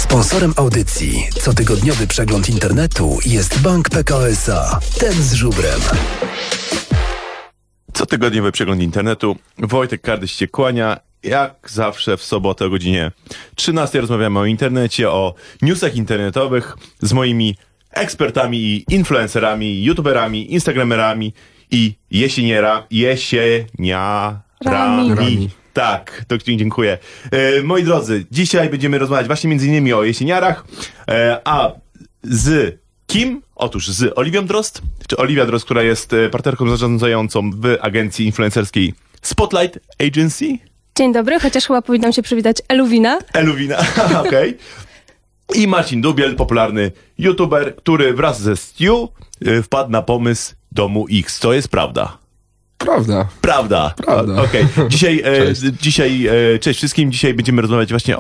Sponsorem audycji cotygodniowy przegląd internetu jest Bank Pekao S.A. Ten z żubrem. Cotygodniowy przegląd internetu. Wojtek Kardyś się kłania. Jak zawsze w sobotę o godzinie 13 rozmawiamy o internecie, o newsach internetowych z moimi ekspertami i influencerami, youtuberami, instagramerami i jesieniarami. Tak, to dziękuję. Moi drodzy, dzisiaj będziemy rozmawiać właśnie między innymi o jesieniarach, a z kim? Otóż z Oliwią Drozd, czy Oliwia Drozd, która jest partnerką zarządzającą w agencji influencerskiej Spotlight Agency. Dzień dobry, chociaż chyba powinnam się przywitać Eluwina, okej. I Marcin Dubiel, popularny youtuber, który wraz ze Stu wpadł na pomysł Domu X. To jest prawda. Prawda. Okej. Dzisiaj, cześć wszystkim. Dzisiaj będziemy rozmawiać właśnie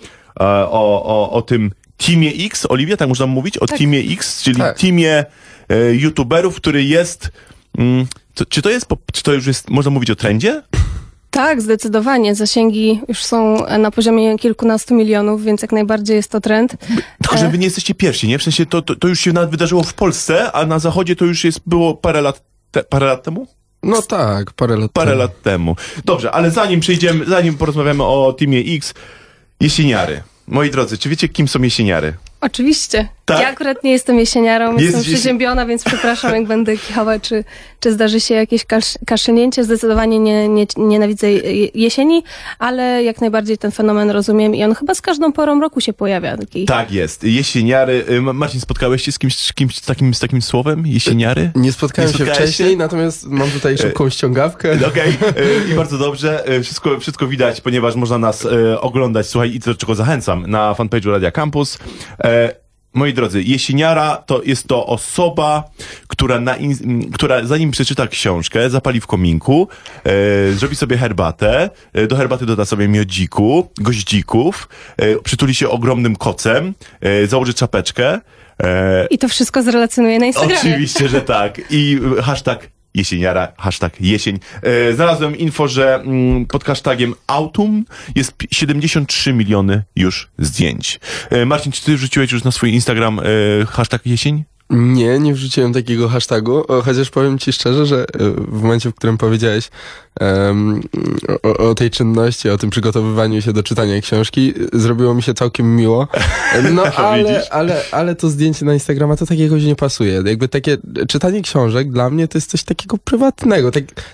o tym Teamie X. Oliwia, tak można mówić? O Teamie X, czyli teamie youtuberów, który jest... Czy to już jest, można mówić o trendzie? Tak, zdecydowanie. Zasięgi już są na poziomie kilkunastu milionów, więc jak najbardziej jest to trend. Tylko, że wy nie jesteście pierwsi, nie? W sensie to już się nawet wydarzyło w Polsce, a na Zachodzie to już było parę lat temu? No tak, parę lat temu. Dobrze, ale zanim porozmawiamy o Teamie X, jesieniary. Moi drodzy, czy wiecie, kim są jesieniary? Oczywiście. Tak? Ja akurat nie jestem jesieniarą, jestem przeziębiona, więc przepraszam, jak będę kichała, czy zdarzy się jakieś kaszlnięcie. Zdecydowanie nie nienawidzę jesieni, ale jak najbardziej ten fenomen rozumiem i on chyba z każdą porą roku się pojawia. Tak jest. Jesieniary. Marcin, spotkałeś się z kimś z takim słowem? Jesieniary? Nie spotkałem się wcześniej, natomiast mam tutaj szybką ściągawkę. Okej. I bardzo dobrze. Wszystko widać, ponieważ można nas oglądać, słuchaj, i do czego zachęcam, na fanpage'u Radia Campus. Moi drodzy, jesieniara to jest to osoba, która zanim przeczyta książkę, zapali w kominku, zrobi sobie herbatę, do herbaty doda sobie miodziku, goździków, przytuli się ogromnym kocem, założy czapeczkę. I to wszystko zrelacjonuje na Instagramie. Oczywiście, że tak. I hashtag jesieniara, hashtag jesień. Znalazłem info, że pod hashtagiem autumn jest 73 miliony już zdjęć. Marcin, czy ty wrzuciłeś już na swój Instagram hashtag jesień? Nie wrzuciłem takiego hashtagu, chociaż powiem ci szczerze, że w momencie, w którym powiedziałeś o tej czynności, o tym przygotowywaniu się do czytania książki, zrobiło mi się całkiem miło. No ale to zdjęcie na Instagrama to tak jakoś nie pasuje. Jakby takie czytanie książek dla mnie to jest coś takiego prywatnego,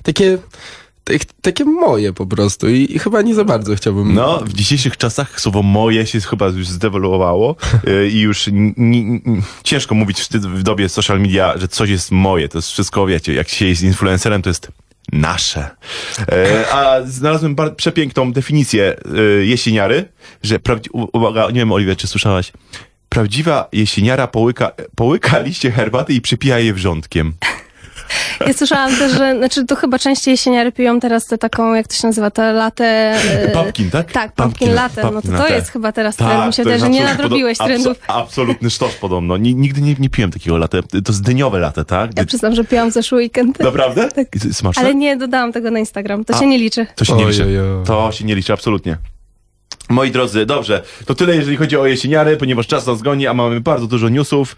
takie moje po prostu i chyba nie za bardzo chciałbym... No, w dzisiejszych czasach słowo moje się chyba już zdewaluowało i już ciężko mówić w dobie social media, że coś jest moje. To jest wszystko, wiecie, jak się jest influencerem, to jest nasze. A znalazłem przepiękną definicję jesieniary, że uwaga, nie wiem, Oliwia, czy słyszałaś? Prawdziwa jesieniara połyka liście herbaty i przypija je wrzątkiem. Ja słyszałam też, że to chyba częściej jesieniary piją teraz tę taką, jak to się nazywa, tę latę... Pumpkin, tak? Tak, pumpkin latte. No to jest chyba teraz trend. Mi się wydaje, że nie nadrobiłeś trendów. Absolutny sztos podobno. Nigdy nie piłem takiego latte. To jest dyniowe latte, tak? Ja przyznam, że piłam zeszły weekend. Naprawdę? Tak. Smaczne? Ale nie dodałam tego na Instagram. To się nie liczy. To się nie liczy. To się nie liczy, absolutnie. Moi drodzy, dobrze. To tyle, jeżeli chodzi o jesieniary, ponieważ czas nas goni, a mamy bardzo dużo newsów.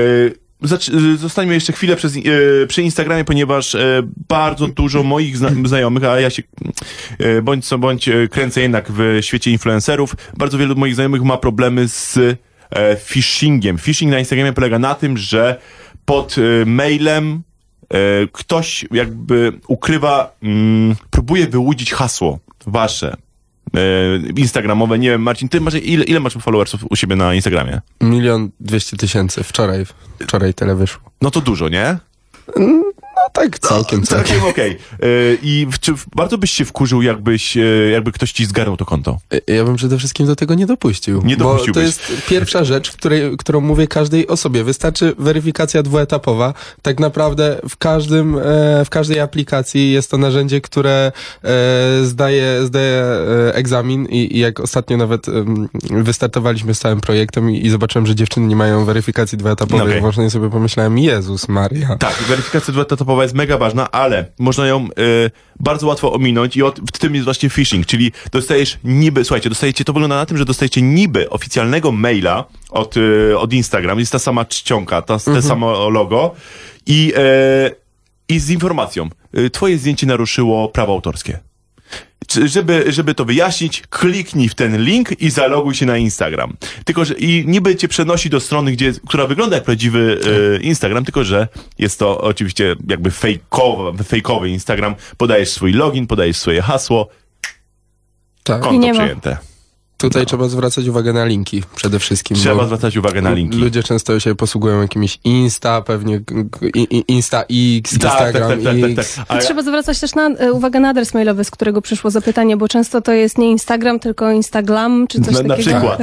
Zostańmy jeszcze chwilę przy Instagramie, ponieważ bardzo dużo moich znajomych, a ja się bądź co bądź kręcę jednak w świecie influencerów, bardzo wielu moich znajomych ma problemy z phishingiem. Phishing na Instagramie polega na tym, że pod mailem ktoś jakby ukrywa, próbuje wyłudzić hasło wasze instagramowe. Nie wiem, Marcin, ty masz, ile masz followersów u siebie na Instagramie? 1 200 000 wczoraj tyle wyszło. No to dużo, nie? No tak, całkiem. Okej. I czy bardzo byś się wkurzył, jakby ktoś ci zgarnął to konto? Ja bym przede wszystkim do tego nie dopuścił. Bo to jest pierwsza rzecz, którą mówię każdej osobie. Wystarczy weryfikacja dwuetapowa. Tak naprawdę w każdej aplikacji jest to narzędzie, które zdaje egzamin i jak ostatnio nawet wystartowaliśmy z całym projektem i zobaczyłem, że dziewczyny nie mają weryfikacji dwuetapowej, właśnie sobie pomyślałem, Jezus Maria. Tak, weryfikacja dwuetapowa web-apowa jest mega ważna, ale można ją bardzo łatwo ominąć i w tym jest właśnie phishing, czyli dostajecie, to wygląda na tym, że dostajecie niby oficjalnego maila od Instagram, jest ta sama czcionka, te samo logo i z informacją, twoje zdjęcie naruszyło prawo autorskie. Żeby to wyjaśnić, kliknij w ten link i zaloguj się na Instagram. Tylko, że i niby cię przenosi do strony, która wygląda jak prawdziwy Instagram, tylko, że jest to oczywiście jakby fejkowy Instagram. Podajesz swój login, podajesz swoje hasło. Tak. Konto przejęte. Tutaj trzeba zwracać uwagę na linki przede wszystkim. Trzeba zwracać uwagę na linki. Ludzie często się posługują jakimiś Insta, pewnie Insta X, Instagram X. Tak. Trzeba zwracać też uwagę na adres mailowy, z którego przyszło zapytanie, bo często to jest nie Instagram, tylko Instagram, czy coś takiego. Na przykład,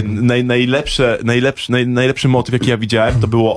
najlepszy motyw, jaki ja widziałem, to było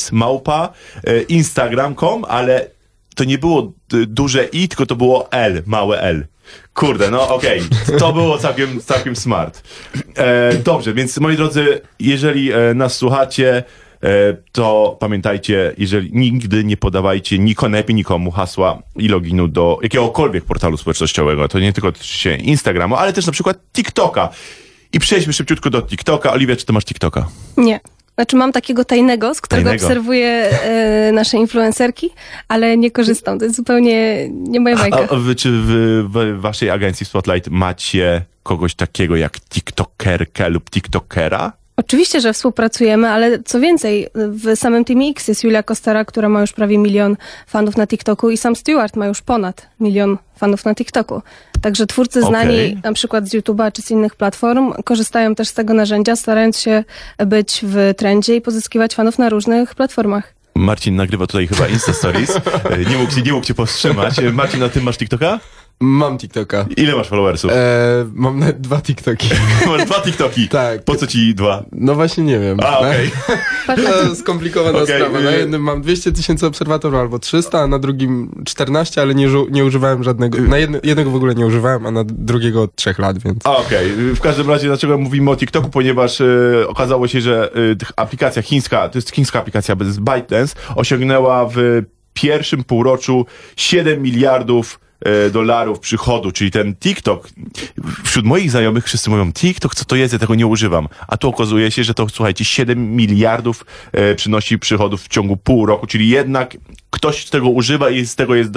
office@instagram.com, ale to nie było duże i, tylko to było L, małe L. Kurde, no okej. To było całkiem smart. Dobrze, więc moi drodzy, jeżeli nas słuchacie, to pamiętajcie, jeżeli nigdy nie podawajcie nikomu hasła i loginu do jakiegokolwiek portalu społecznościowego. To nie tylko się Instagramu, ale też na przykład TikToka. I przejdźmy szybciutko do TikToka. Oliwia, czy ty masz TikToka? Nie. Znaczy mam takiego tajnego, z którego obserwuję nasze influencerki, ale nie korzystam. To jest zupełnie nie moja bajka. Czy w waszej agencji Spotlight macie kogoś takiego jak TikTokerkę lub TikTokera? Oczywiście, że współpracujemy, ale co więcej, w samym Teamie X jest Julia Kostera, która ma już prawie 1 milion fanów na TikToku i sam Stewart ma już ponad 1 milion fanów na TikToku. Także twórcy znani na przykład z YouTube'a czy z innych platform korzystają też z tego narzędzia, starając się być w trendzie i pozyskiwać fanów na różnych platformach. Marcin nagrywa tutaj chyba Insta Stories. Nie mógł cię powstrzymać. Marcin, a ty masz TikToka? Mam TikToka. Ile masz followersów? Mam nawet 2 TikToki. Masz 2 TikToki? Tak. Po co ci 2? No właśnie nie wiem. Okej. To skomplikowana sprawa. Na jednym mam 200 000 obserwatorów albo 300, a na drugim 14, ale nie używałem żadnego. Na jednego w ogóle nie używałem, a na drugiego od 3 lat, więc... Okej. W każdym razie, dlaczego mówimy o TikToku? Ponieważ okazało się, że aplikacja chińska, to jest chińska aplikacja z ByteDance, osiągnęła w pierwszym półroczu 7 miliardów dolarów przychodu, czyli ten TikTok. Wśród moich znajomych wszyscy mówią, TikTok, co to jest? Ja tego nie używam. A tu okazuje się, że to, słuchajcie, 7 miliardów przynosi przychodów w ciągu pół roku, czyli jednak ktoś z tego używa i z tego jest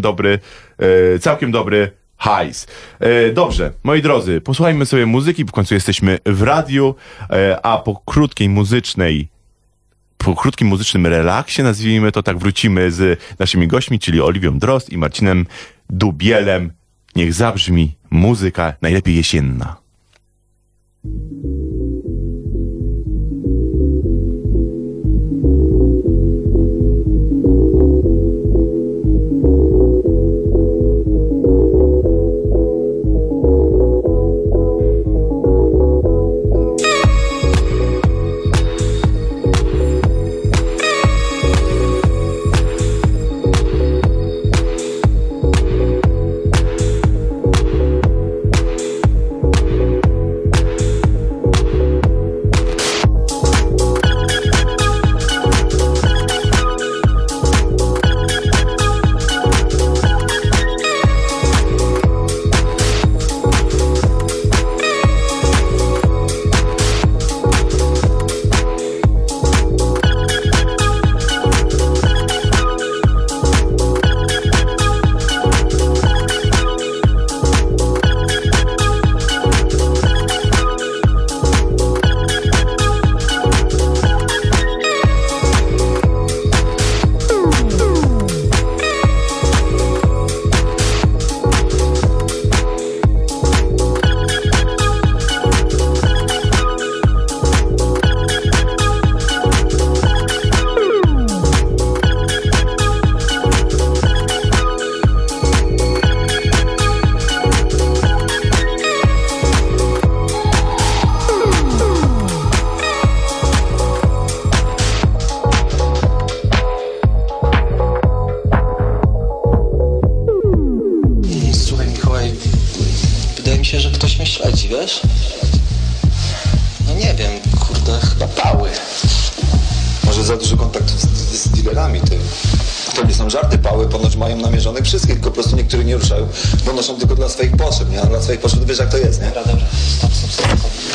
całkiem dobry hajs. Dobrze, moi drodzy, posłuchajmy sobie muzyki, w końcu jesteśmy w radiu, a po krótkim muzycznym relaksie, nazwijmy to tak, wrócimy z naszymi gośćmi, czyli Oliwią Drozd i Marcinem Dubielem. Niech zabrzmi muzyka, najlepiej jesienna. może za dużo kontaktów z dealerami, ty. To nie są żarty, pały ponoć mają namierzonych wszystkich, tylko po prostu niektórych nie ruszają, bo noszą tylko dla swoich potrzeb, nie? A dla swoich potrzeb wiesz jak to jest, nie? Dobra, stop.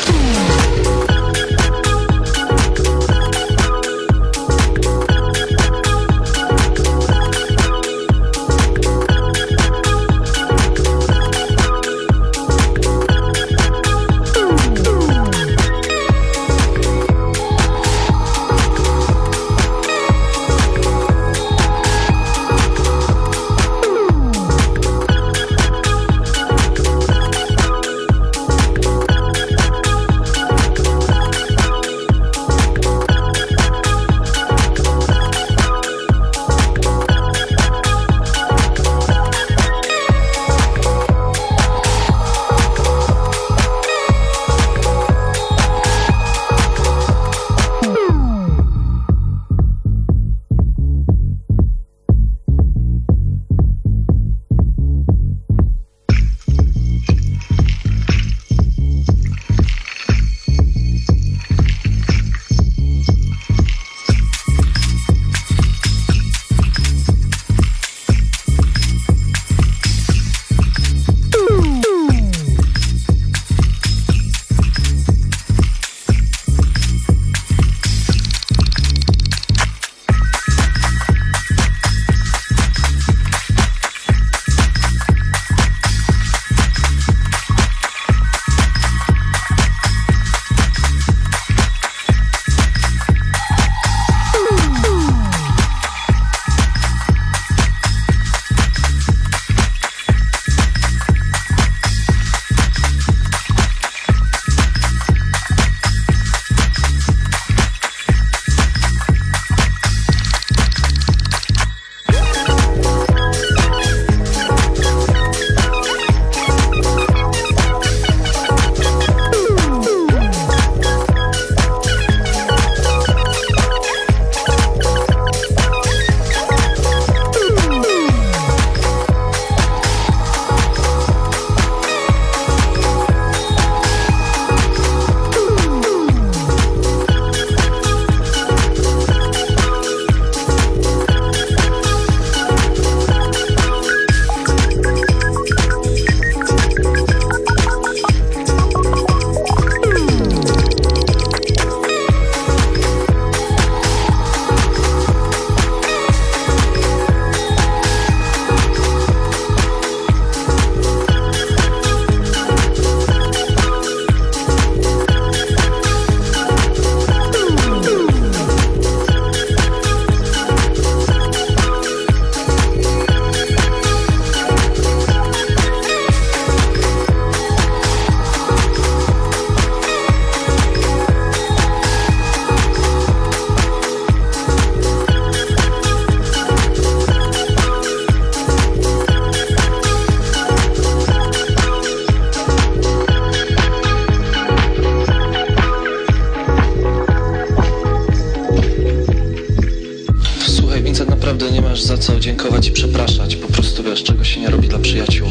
masz za co dziękować i przepraszać. Po prostu wiesz, czego się nie robi dla przyjaciół.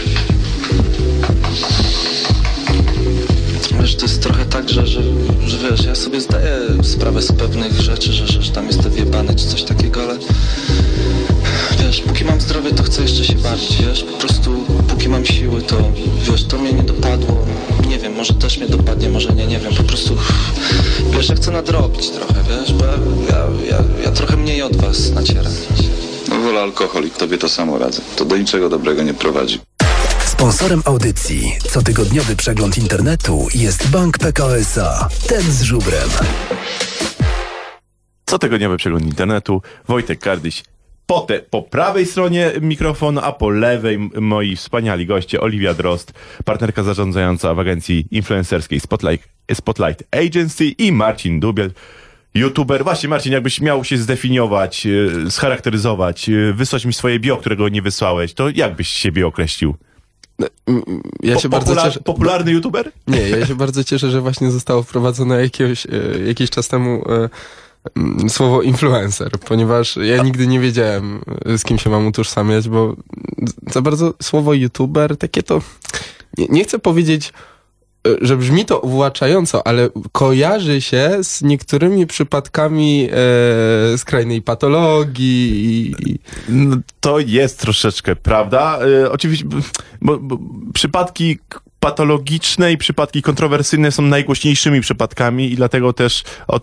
Wiesz, to jest trochę tak, że wiesz, ja sobie zdaję sprawę z pewnych rzeczy, że tam jestem wjebany czy coś takiego, ale wiesz, póki mam zdrowie, to chcę jeszcze się bawić, wiesz, po prostu póki mam siły, to wiesz, to mnie nie dopadło, nie wiem, może też mnie dopadnie, może nie wiem, po prostu wiesz, ja chcę nadrobić trochę, wiesz, bo ja trochę mniej od was nacieram. No wolę alkohol i tobie to samo radzę, to do niczego dobrego nie prowadzi. Sponsorem audycji cotygodniowy przegląd internetu jest Bank PKO SA. Ten z żubrem. Cotygodniowy przegląd internetu. Wojtek Kardyś. Po prawej stronie mikrofonu, a po lewej moi wspaniali goście. Oliwia Drozd, partnerka zarządzająca w agencji influencerskiej Spotlight Agency, i Marcin Dubiel, YouTuber. Właśnie, Marcin, jakbyś miał się zdefiniować, scharakteryzować, wysłać mi swoje bio, którego nie wysłałeś, to jak byś siebie określił? Ja się bardzo cieszę. Popularny YouTuber? Nie, ja się bardzo cieszę, że właśnie zostało wprowadzone jakiś czas temu słowo influencer, ponieważ ja nigdy nie wiedziałem, z kim się mam utożsamiać, bo za bardzo słowo YouTuber, takie to, nie chcę powiedzieć że brzmi to uwłaczająco, ale kojarzy się z niektórymi przypadkami skrajnej patologii. No, to jest troszeczkę prawda. Oczywiście, bo przypadki patologiczne i przypadki kontrowersyjne są najgłośniejszymi przypadkami i dlatego też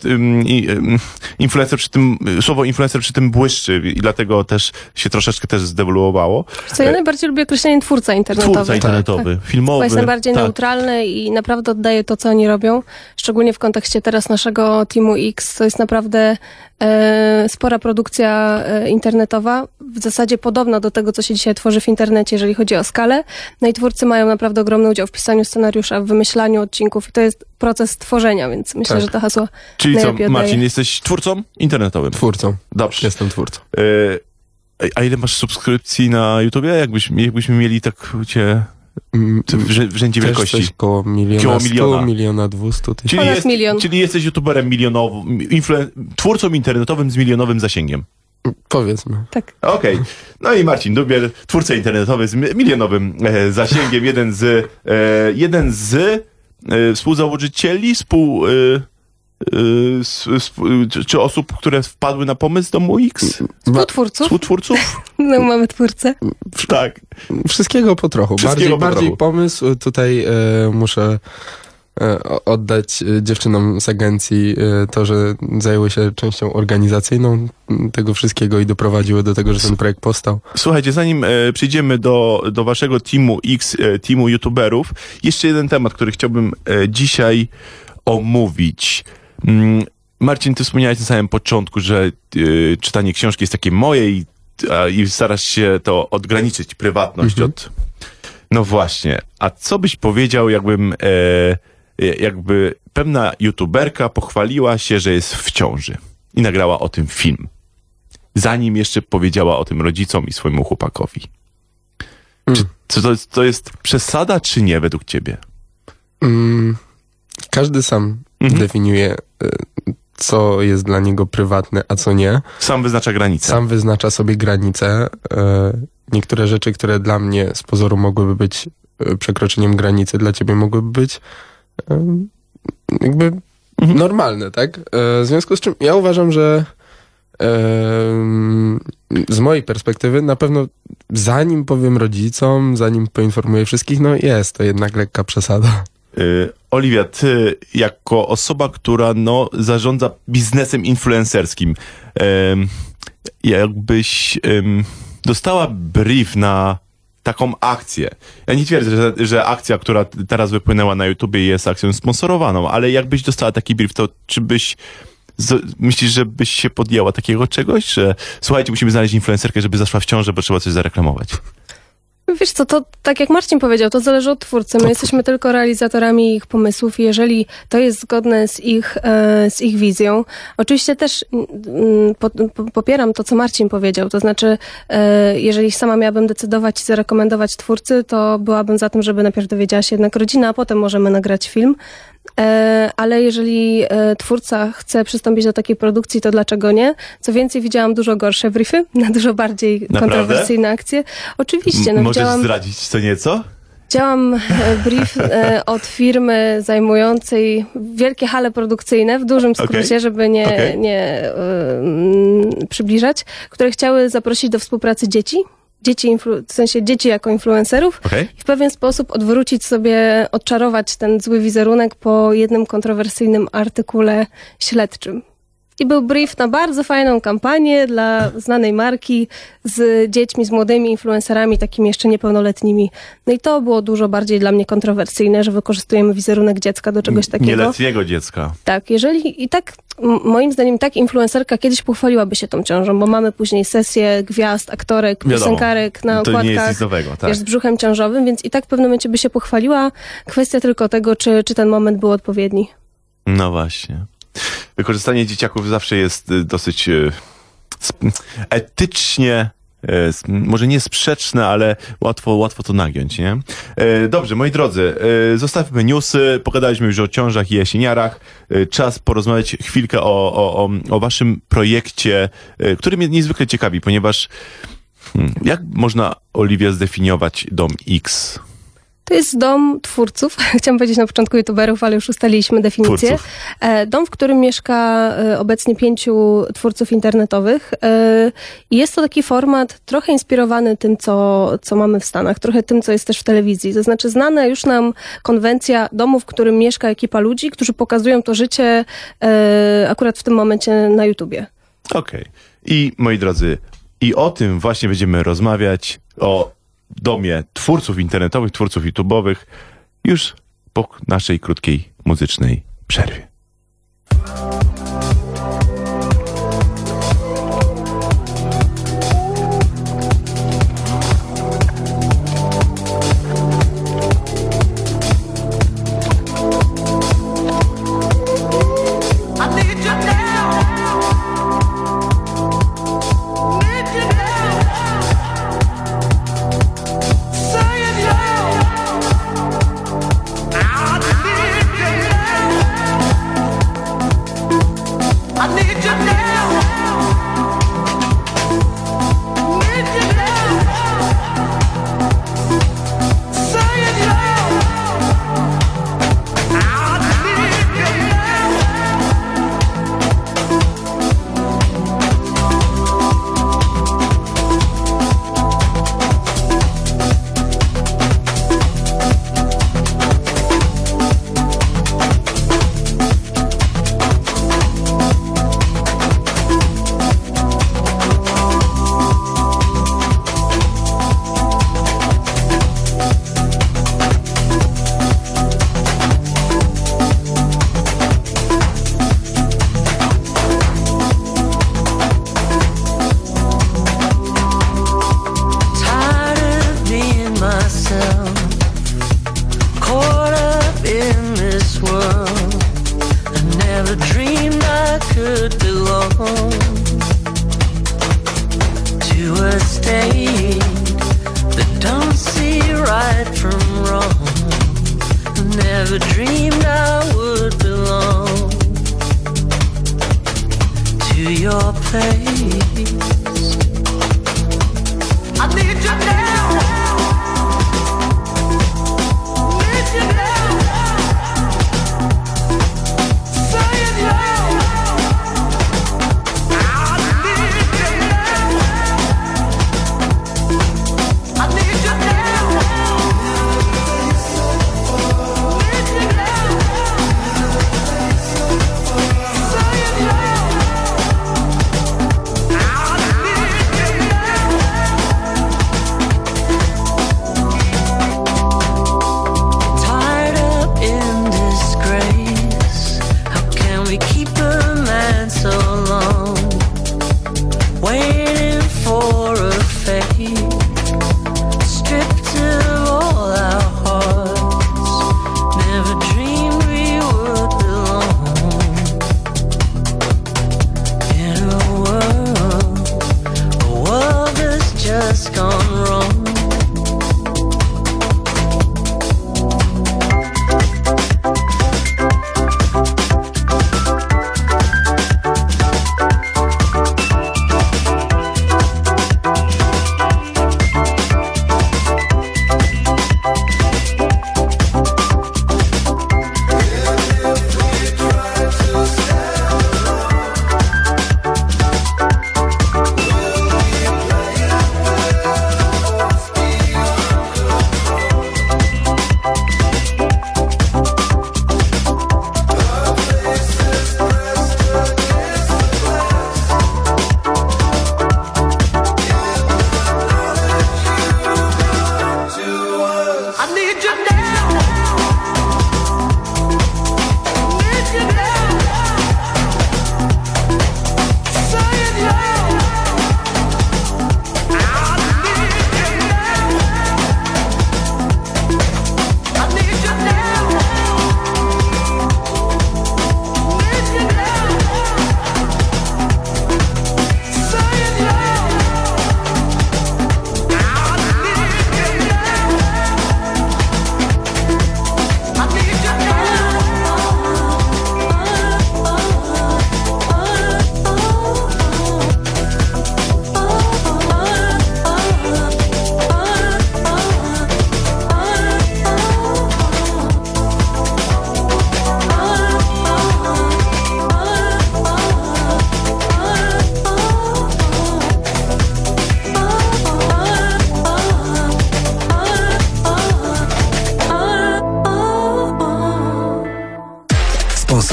słowo influencer przy tym błyszczy i dlatego też się troszeczkę też zdewoluowało. Co ja najbardziej lubię określenie twórca internetowy. Twórca internetowy, filmowy. To jest najbardziej neutralne i naprawdę oddaje to, co oni robią. Szczególnie w kontekście teraz naszego Teamu X. To jest naprawdę spora produkcja internetowa. W zasadzie podobna do tego, co się dzisiaj tworzy w internecie, jeżeli chodzi o skalę. No i twórcy mają naprawdę ogromny udział w pisaniu scenariusza, w wymyślaniu odcinków i to jest proces tworzenia, więc myślę, że to hasło Czyli co, oddaje. Marcin, jesteś twórcą internetowym? Twórcą. Dobrze. Jestem twórcą. A ile masz subskrypcji na YouTubie? Jakbyśmy mieli tak cię w rzędzie wielkości? Coś koło miliona 100, 1,2 miliona. Czyli jesteś youtuberem milionowym, twórcą internetowym z milionowym zasięgiem. Powiedzmy. Tak. Okej. No i Marcin Dubiel, twórca internetowy z milionowym zasięgiem, jeden z współzałożycieli, czy osób, które wpadły na pomysł Domu X? Współtwórców? No mamy twórcę. Tak. Wszystkiego po trochu. Bardziej pomysł. Tutaj muszę oddać dziewczynom z agencji to, że zajęły się częścią organizacyjną tego wszystkiego i doprowadziły do tego, że ten projekt powstał. Słuchajcie, zanim przejdziemy do waszego Teamu X, teamu youtuberów, jeszcze jeden temat, który chciałbym dzisiaj omówić. Marcin, ty wspomniałeś na samym początku, że czytanie książki jest takie moje i starasz się to odgraniczyć, prywatność od... No właśnie. A co byś powiedział, jakby pewna youtuberka pochwaliła się, że jest w ciąży i nagrała o tym film, zanim jeszcze powiedziała o tym rodzicom i swojemu chłopakowi? Czy to jest przesada, czy nie według ciebie? Każdy sam definiuje, co jest dla niego prywatne, a co nie. Sam wyznacza granice. Sam wyznacza sobie granice. Niektóre rzeczy, które dla mnie z pozoru mogłyby być przekroczeniem granicy, dla ciebie mogłyby być jakby normalne, tak? W związku z czym ja uważam, że z mojej perspektywy na pewno zanim powiem rodzicom, zanim poinformuję wszystkich, no jest to jednak lekka przesada. Oliwia, ty jako osoba, która zarządza biznesem influencerskim, jakbyś dostała brief na taką akcję. Ja nie twierdzę, że akcja, która teraz wypłynęła na YouTubie jest akcją sponsorowaną, ale jakbyś dostała taki brief, to czy myślisz, że byś się podjęła takiego czegoś, że słuchajcie, musimy znaleźć influencerkę, żeby zaszła w ciążę, bo trzeba coś zareklamować? Wiesz co, to tak jak Marcin powiedział, to zależy od twórcy. My jesteśmy tylko realizatorami ich pomysłów i jeżeli to jest zgodne z ich wizją, oczywiście też popieram to, co Marcin powiedział, to znaczy jeżeli sama miałabym decydować i zarekomendować twórcy, to byłabym za tym, żeby najpierw dowiedziała się jednak rodzina, a potem możemy nagrać film. Ale jeżeli twórca chce przystąpić do takiej produkcji, to dlaczego nie? Co więcej, widziałam dużo gorsze briefy, na dużo bardziej kontrowersyjne akcje. Oczywiście. Możesz zdradzić co nieco? Widziałam brief od firmy zajmującej wielkie hale produkcyjne, w dużym skrócie, żeby nie przybliżać, które chciały zaprosić do współpracy dzieci, w sensie dzieci jako influencerów i w pewien sposób odwrócić sobie, odczarować ten zły wizerunek po jednym kontrowersyjnym artykule śledczym. I był brief na bardzo fajną kampanię dla znanej marki z dziećmi, z młodymi influencerami, takimi jeszcze niepełnoletnimi. No i to było dużo bardziej dla mnie kontrowersyjne, że wykorzystujemy wizerunek dziecka do czegoś takiego. Nieletniego dziecka. Tak, i tak, moim zdaniem, tak influencerka kiedyś pochwaliłaby się tą ciążą, bo mamy później sesję gwiazd, aktorek, piosenkarek na okładkach. To nie jest nic nowego, tak. Wiesz, z brzuchem ciążowym, więc i tak w pewnym momencie by się pochwaliła. Kwestia tylko tego, czy ten moment był odpowiedni. No właśnie. Wykorzystanie dzieciaków zawsze jest dosyć etycznie, może nie sprzeczne, ale łatwo to nagiąć, nie? Dobrze, moi drodzy, zostawmy newsy, pogadaliśmy już o ciążach i jesieniarach. Czas porozmawiać chwilkę o waszym projekcie, który mnie niezwykle ciekawi, ponieważ jak można, Oliwia, zdefiniować Dom X? To jest dom twórców. Chciałam powiedzieć na początku youtuberów, ale już ustaliliśmy definicję. Twórców. Dom, w którym mieszka obecnie 5 twórców internetowych. I jest to taki format trochę inspirowany tym, co mamy w Stanach, trochę tym, co jest też w telewizji. To znaczy znana już nam konwencja domu, w którym mieszka ekipa ludzi, którzy pokazują to życie akurat w tym momencie na YouTubie. Okej. I moi drodzy, i o tym właśnie będziemy rozmawiać, o domie twórców internetowych, twórców YouTube'owych, już po naszej krótkiej muzycznej przerwie.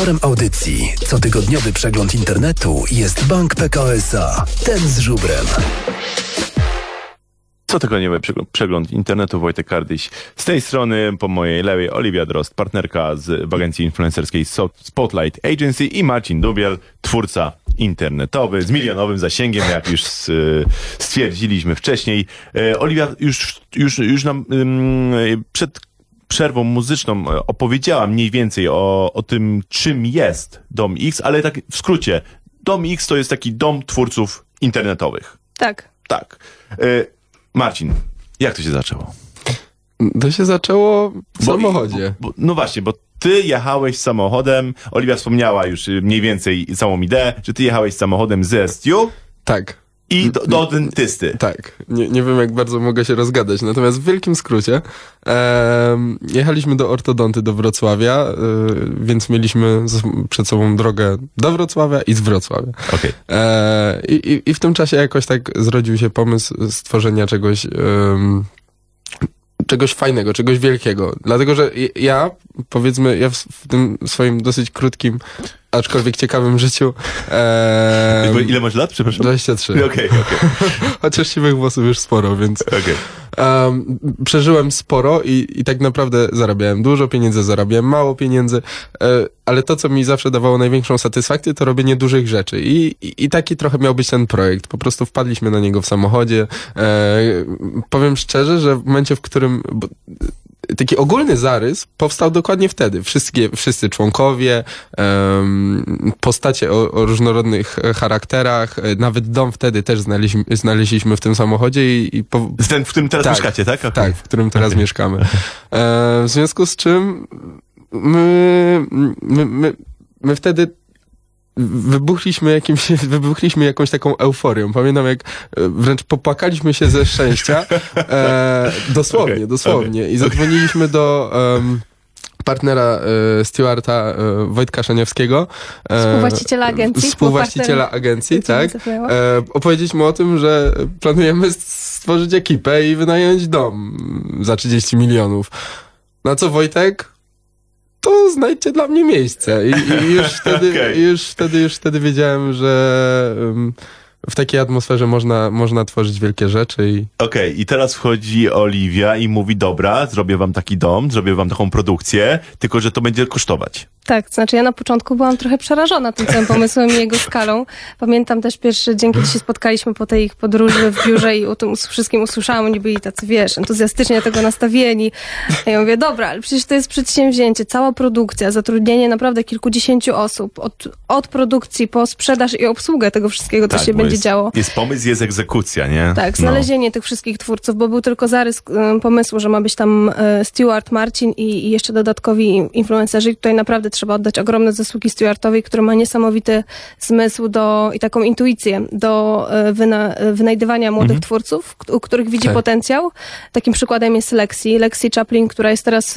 Sponsorem audycji cotygodniowy przegląd internetu jest Bank PKO SA. Ten z żubrem. Cotygodniowy przegląd internetu, Wojtek Kardyś. Z tej strony po mojej lewej Oliwia Drozd, partnerka w agencji influencerskiej Spotlight Agency, i Marcin Dubiel, twórca internetowy z milionowym zasięgiem, jak już stwierdziliśmy wcześniej. Oliwia już nam przed przerwą muzyczną opowiedziała mniej więcej o tym, czym jest Dom X, ale tak w skrócie, Dom X to jest taki dom twórców internetowych. Tak. Tak. Marcin, jak to się zaczęło? To się zaczęło w samochodzie. No właśnie, bo ty jechałeś samochodem, Oliwia wspomniała już mniej więcej całą ideę, że ty jechałeś samochodem z STU. Tak. I do dentysty. Tak. Nie wiem, jak bardzo mogę się rozgadać. Natomiast w wielkim skrócie jechaliśmy do ortodonty do Wrocławia, więc mieliśmy przed sobą drogę do Wrocławia i z Wrocławia. Okay. I w tym czasie jakoś tak zrodził się pomysł stworzenia czegoś fajnego, czegoś wielkiego. Dlatego, że ja w tym swoim dosyć krótkim, aczkolwiek ciekawym życiu... Ile masz lat, przepraszam? 23. Okej. Chociaż siwych włosów już sporo, więc... przeżyłem sporo i tak naprawdę zarabiałem dużo pieniędzy, zarabiałem mało pieniędzy, ale to, co mi zawsze dawało największą satysfakcję, to robienie dużych rzeczy. I taki trochę miał być ten projekt. Po prostu wpadliśmy na niego w samochodzie. Powiem szczerze, że w momencie, w którym... Taki ogólny zarys powstał dokładnie wtedy. Wszyscy członkowie, postacie o różnorodnych charakterach, nawet dom wtedy też znaleźliśmy w tym samochodzie. Ten, w którym teraz mieszkacie, tak? Okay. Tak, w którym teraz mieszkamy. W związku z czym my wtedy wybuchliśmy jakąś taką euforią. Pamiętam, jak wręcz popłakaliśmy się ze szczęścia. Dosłownie. I zadzwoniliśmy do partnera Stewarta, Wojtka Szaniewskiego. Współwłaściciela agencji, tak. Opowiedzieć mu o tym, że planujemy stworzyć ekipę i wynająć dom za 30 milionów. Na co Wojtek? To znajdźcie dla mnie miejsce. I już wtedy wiedziałem, że w takiej atmosferze można tworzyć wielkie rzeczy. Okej, i teraz wchodzi Oliwia i mówi, dobra, zrobię wam taki dom, zrobię wam taką produkcję, tylko że to będzie kosztować. Tak, to znaczy ja na początku byłam trochę przerażona tym całym pomysłem i jego skalą. Pamiętam też pierwszy dzień, kiedy się spotkaliśmy po tej ich podróży w biurze i o tym wszystkim usłyszałam, oni byli tacy, entuzjastycznie do tego nastawieni. A ja mówię, dobra, ale przecież to jest przedsięwzięcie, cała produkcja, zatrudnienie naprawdę kilkudziesięciu osób, od produkcji po sprzedaż i obsługę tego wszystkiego, co się będzie działo. Jest pomysł, jest egzekucja, nie? Tak, znalezienie tych wszystkich twórców, bo był tylko zarys pomysłu, że ma być tam Stewart, Marcin i jeszcze dodatkowi influencerzy. Tutaj naprawdę trzeba oddać ogromne zasługi Stewartowi, który ma niesamowity zmysł i taką intuicję do wynajdywania młodych twórców, u których widzi potencjał. Takim przykładem jest Lexi Chaplin, która jest teraz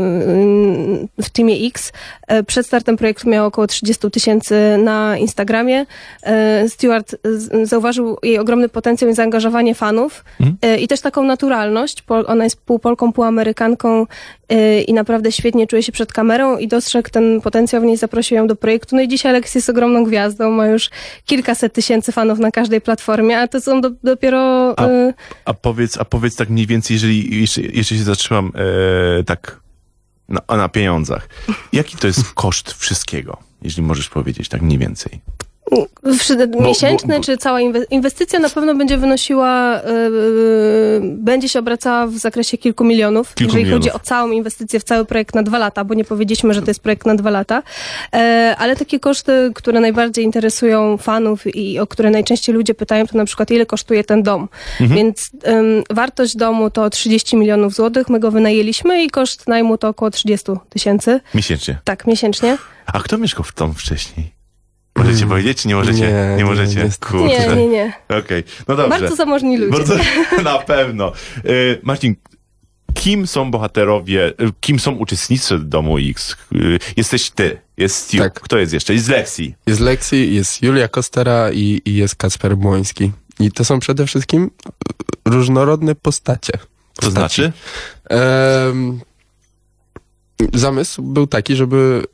w Teamie X. Przed startem projektu miała około 30 000 na Instagramie. Stewart zauważył jej ogromny potencjał i zaangażowanie fanów i też taką naturalność. Ona jest pół Polką, pół Amerykanką i naprawdę świetnie czuje się przed kamerą i dostrzegł ten potencjał w niej, zaprosił ją do projektu. No i dzisiaj Lexi jest ogromną gwiazdą, ma już kilkaset tysięcy fanów na każdej platformie, a to są dopiero... A powiedz tak mniej więcej, jeżeli jeszcze się zatrzymam tak na pieniądzach. Jaki to jest koszt wszystkiego, jeśli możesz powiedzieć tak mniej więcej? Miesięczny, czy cała inwestycja na pewno będzie wynosiła, będzie się obracała w zakresie kilku milionów, jeżeli chodzi o całą inwestycję w cały projekt na 2 lata, bo nie powiedzieliśmy, że to jest projekt na 2 lata, ale takie koszty, które najbardziej interesują fanów i o które najczęściej ludzie pytają, to na przykład ile kosztuje ten dom. Więc wartość domu to 30 milionów złotych, my go wynajęliśmy i koszt najmu to około 30 000. Miesięcznie? Tak, miesięcznie. A kto mieszkał w domu wcześniej? Możecie powiedzieć, czy nie możecie? Nie możecie. Nie. Okej, no dobrze. Bardzo zamożni ludzie. Na pewno. Marcin, kim są bohaterowie, kim są uczestnicy Domu X? Jesteś ty, jest Stu. Tak. Kto jest jeszcze? Jest Lexi. Jest Lexi, jest Julia Kostera i jest Kacper Błoński. I to są przede wszystkim różnorodne postacie. To znaczy? Zamysł był taki, żeby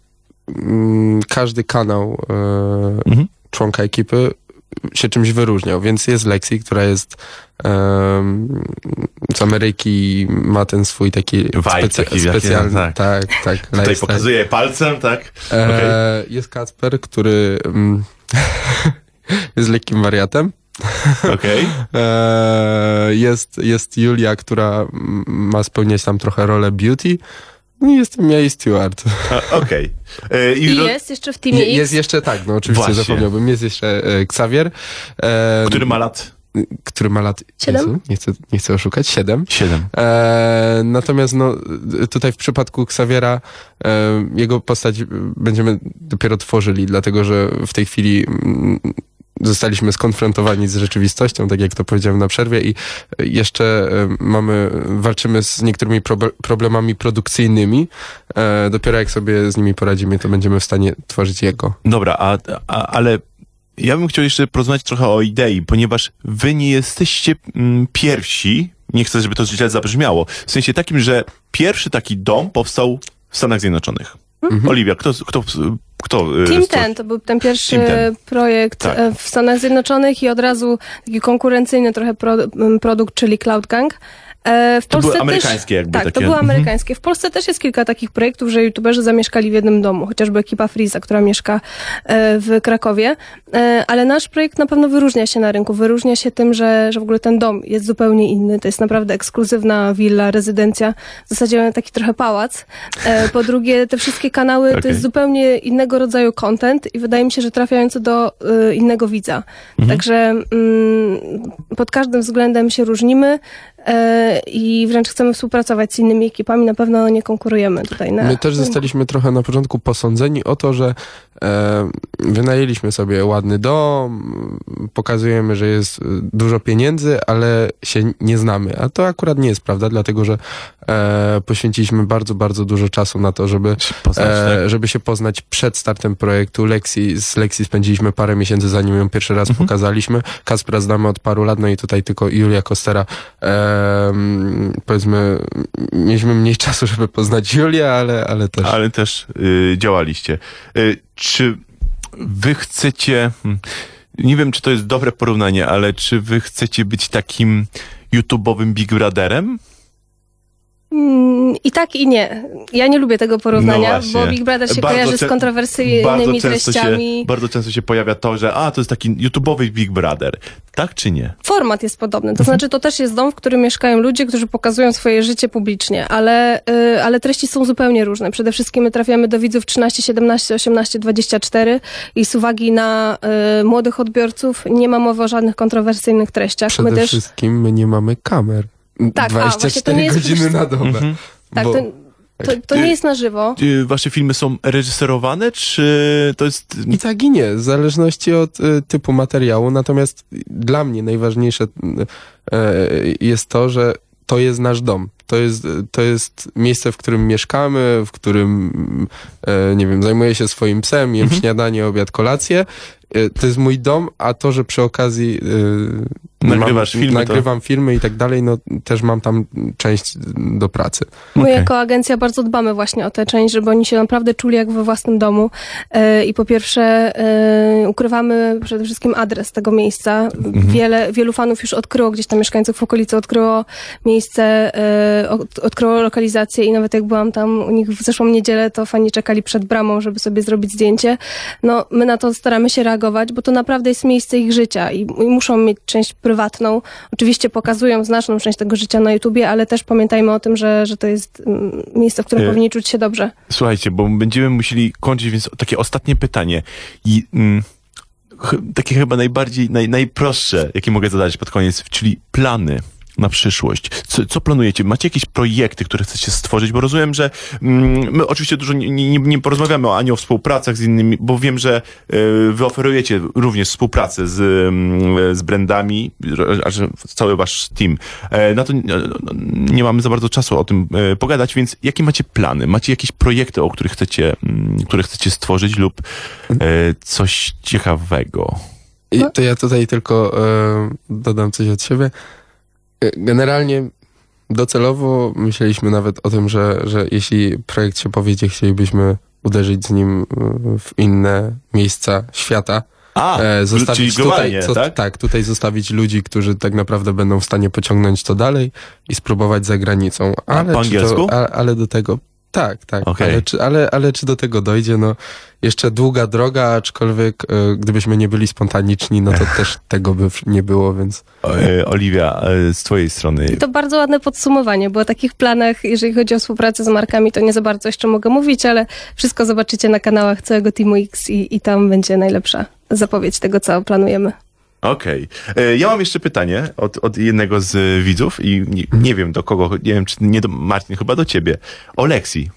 każdy kanał członka ekipy się czymś wyróżniał, więc jest Lexi, która jest z Ameryki, ma ten swój taki specjalny, tak, tutaj pokazuje palcem, tak? Okay. Jest Kacper, który jest lekkim wariatem. Okay. Jest Julia, która ma spełniać tam trochę rolę beauty. No i jestem ja i Stuart. Okej. I jest jeszcze w Teamie X? Jest jeszcze, tak, no oczywiście właśnie. Zapomniałbym. Jest jeszcze Xavier. Który ma lat? 7? Nie chcę oszukać. 7. Natomiast no, tutaj w przypadku Xaviera jego postać będziemy dopiero tworzyli, dlatego że w tej chwili zostaliśmy skonfrontowani z rzeczywistością, tak jak to powiedziałem na przerwie, i jeszcze walczymy z niektórymi problemami produkcyjnymi. Dopiero jak sobie z nimi poradzimy, to będziemy w stanie tworzyć jego. Dobra, ale ja bym chciał jeszcze porozmawiać trochę o idei, ponieważ wy nie jesteście pierwsi, nie chcę, żeby to źle zabrzmiało, w sensie takim, że pierwszy taki dom powstał w Stanach Zjednoczonych. Oliwia, kto Team 10 to był ten pierwszy projekt w Stanach Zjednoczonych i od razu taki konkurencyjny trochę produkt, czyli Cloud Gang. W to Polsce były amerykańskie jakby tak, takie. to były amerykańskie. W Polsce też jest kilka takich projektów, że youtuberzy zamieszkali w jednym domu, chociażby ekipa Freeza, która mieszka w Krakowie. Ale nasz projekt na pewno wyróżnia się na rynku. Wyróżnia się tym, że w ogóle ten dom jest zupełnie inny. To jest naprawdę ekskluzywna willa, rezydencja. W zasadzie taki trochę pałac. Po drugie, te wszystkie kanały to jest zupełnie innego rodzaju content i wydaje mi się, że trafiający do innego widza. Także pod każdym względem się różnimy. I wręcz chcemy współpracować z innymi ekipami, na pewno nie konkurujemy tutaj. My też zostaliśmy trochę na początku posądzeni o to, że wynajęliśmy sobie ładny dom, pokazujemy, że jest dużo pieniędzy, ale się nie znamy. A to akurat nie jest prawda, dlatego że poświęciliśmy bardzo, bardzo dużo czasu na to, żeby się poznać przed startem projektu. Z Lexi spędziliśmy parę miesięcy, zanim ją pierwszy raz pokazaliśmy. Kacpra znamy od paru lat, no i tutaj tylko Julia Kostera powiedzmy, mieliśmy mniej czasu, żeby poznać Julię, ale też działaliście. Czy wy chcecie, nie wiem, czy to jest dobre porównanie, ale czy wy chcecie być takim YouTube'owym Big Brotherem? I tak, i nie. Ja nie lubię tego porównania, bo Big Brother się kojarzy z kontrowersyjnymi treściami. Bardzo często się pojawia to, że to jest taki YouTube'owy Big Brother. Tak czy nie? Format jest podobny. To znaczy, to też jest dom, w którym mieszkają ludzie, którzy pokazują swoje życie publicznie, ale treści są zupełnie różne. Przede wszystkim my trafiamy do widzów 13, 17, 18, 24 i z uwagi na młodych odbiorców nie ma mowy o żadnych kontrowersyjnych treściach. Przede wszystkim my nie mamy kamer. Tak, 24 godziny na dobę. Tak, to nie jest na żywo. Wasze filmy są reżyserowane, czy to jest... I tak i nie, w zależności od typu materiału. Natomiast dla mnie najważniejsze jest to, że to jest nasz dom. To jest miejsce, w którym mieszkamy, w którym, nie wiem, zajmuję się swoim psem, jem śniadanie, obiad, kolację. To jest mój dom, a to, że przy okazji nagrywam filmy i tak dalej, no też mam tam część do pracy. My jako agencja bardzo dbamy właśnie o tę część, żeby oni się naprawdę czuli jak we własnym domu i po pierwsze ukrywamy przede wszystkim adres tego miejsca. Wielu fanów już odkryło, gdzieś tam mieszkańców w okolicy odkryło miejsce, odkryło lokalizację i nawet jak byłam tam u nich w zeszłą niedzielę, to fani czekali przed bramą, żeby sobie zrobić zdjęcie. No, my na to staramy się reagować, bo to naprawdę jest miejsce ich życia i muszą mieć część prywatną. Oczywiście pokazują znaczną część tego życia na YouTubie, ale też pamiętajmy o tym, że to jest miejsce, w którym powinni czuć się dobrze. Słuchajcie, bo będziemy musieli kończyć, więc takie ostatnie pytanie. Takie chyba najprostsze, jakie mogę zadać pod koniec, czyli plany na przyszłość. Co planujecie? Macie jakieś projekty, które chcecie stworzyć? Bo rozumiem, że my oczywiście dużo nie porozmawiamy ani o współpracach z innymi, bo wiem, że wy oferujecie również współpracę z brandami, cały wasz team. Na to nie mamy za bardzo czasu o tym pogadać, więc jakie macie plany? Macie jakieś projekty, które chcecie stworzyć lub coś ciekawego? I to ja tutaj tylko dodam coś od siebie. Generalnie docelowo myśleliśmy nawet o tym, że jeśli projekt się powiedzie, chcielibyśmy uderzyć z nim w inne miejsca świata. Czyli globalnie, tutaj, tak? Tutaj zostawić ludzi, którzy tak naprawdę będą w stanie pociągnąć to dalej i spróbować za granicą. Ale po angielsku? Ale do tego... Tak. Okay. Ale czy do tego dojdzie? No, jeszcze długa droga, aczkolwiek gdybyśmy nie byli spontaniczni, no to też tego by nie było, więc... Oliwia, z twojej strony... To bardzo ładne podsumowanie, bo o takich planach, jeżeli chodzi o współpracę z markami, to nie za bardzo jeszcze mogę mówić, ale wszystko zobaczycie na kanałach całego Teamu X i tam będzie najlepsza zapowiedź tego, co planujemy. Okej. Ja mam jeszcze pytanie od jednego z widzów i nie wiem do kogo, nie wiem, czy nie do Marcin, chyba do ciebie. O Lexi.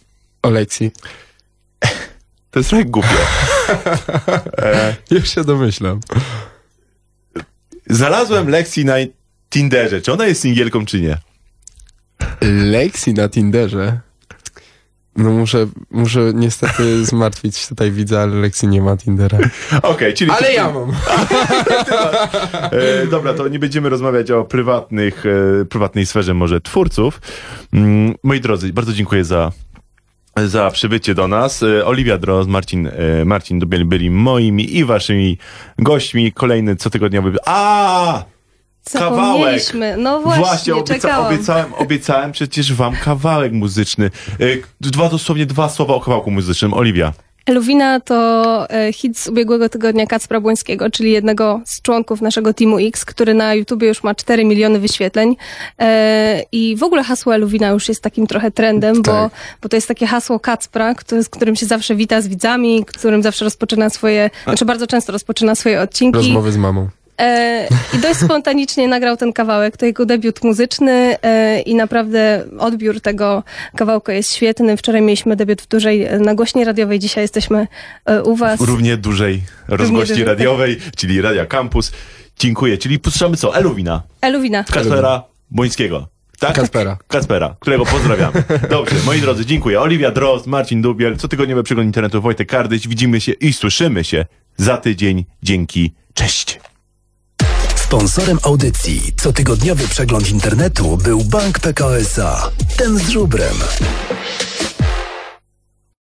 To jest trochę głupie. Już się domyślam. Znalazłem Lexi na Tinderze. Czy ona jest singielką, czy nie? Lexi na Tinderze? No muszę niestety zmartwić tutaj widza, ale Lexi nie ma Tindera. Okej, czyli... Ale ja mam! Dobra, to nie będziemy rozmawiać o prywatnej sferze może twórców. Moi drodzy, bardzo dziękuję za przybycie do nas. Oliwia Drozd, Marcin Dubiel byli moimi i waszymi gośćmi. Kolejny cotygodniowy... Kawałek! No właśnie obiecałem przecież wam kawałek muzyczny. Dosłownie 2 słowa o kawałku muzycznym. Oliwia. Eluwina to hit z ubiegłego tygodnia Kacpra Błońskiego, czyli jednego z członków naszego Teamu X, który na YouTubie już ma 4 miliony wyświetleń. I w ogóle hasło Eluwina już jest takim trochę trendem, bo to jest takie hasło Kacpra, z którym się zawsze wita z widzami, którym zawsze bardzo często rozpoczyna swoje odcinki. Rozmowy z mamą. I dość spontanicznie nagrał ten kawałek. To jego debiut muzyczny i naprawdę odbiór tego kawałka jest świetny. Wczoraj mieliśmy debiut w dużej nagłośni radiowej, dzisiaj jesteśmy u was. Równie dużej rozgłośni radiowej, czyli Radia Campus. Dziękuję. Czyli puszczamy co? Eluwina. Kacpera Błońskiego. Tak? Kacpera, którego pozdrawiamy. Dobrze, moi drodzy, dziękuję. Oliwia Drozd, Marcin Dubiel, cotygodniowy przegląd internetu, Wojtek Kardyś. Widzimy się i słyszymy się za tydzień. Dzięki. Cześć. Sponsorem audycji cotygodniowy przegląd internetu był Bank Pekao S.A. Ten z żubrem.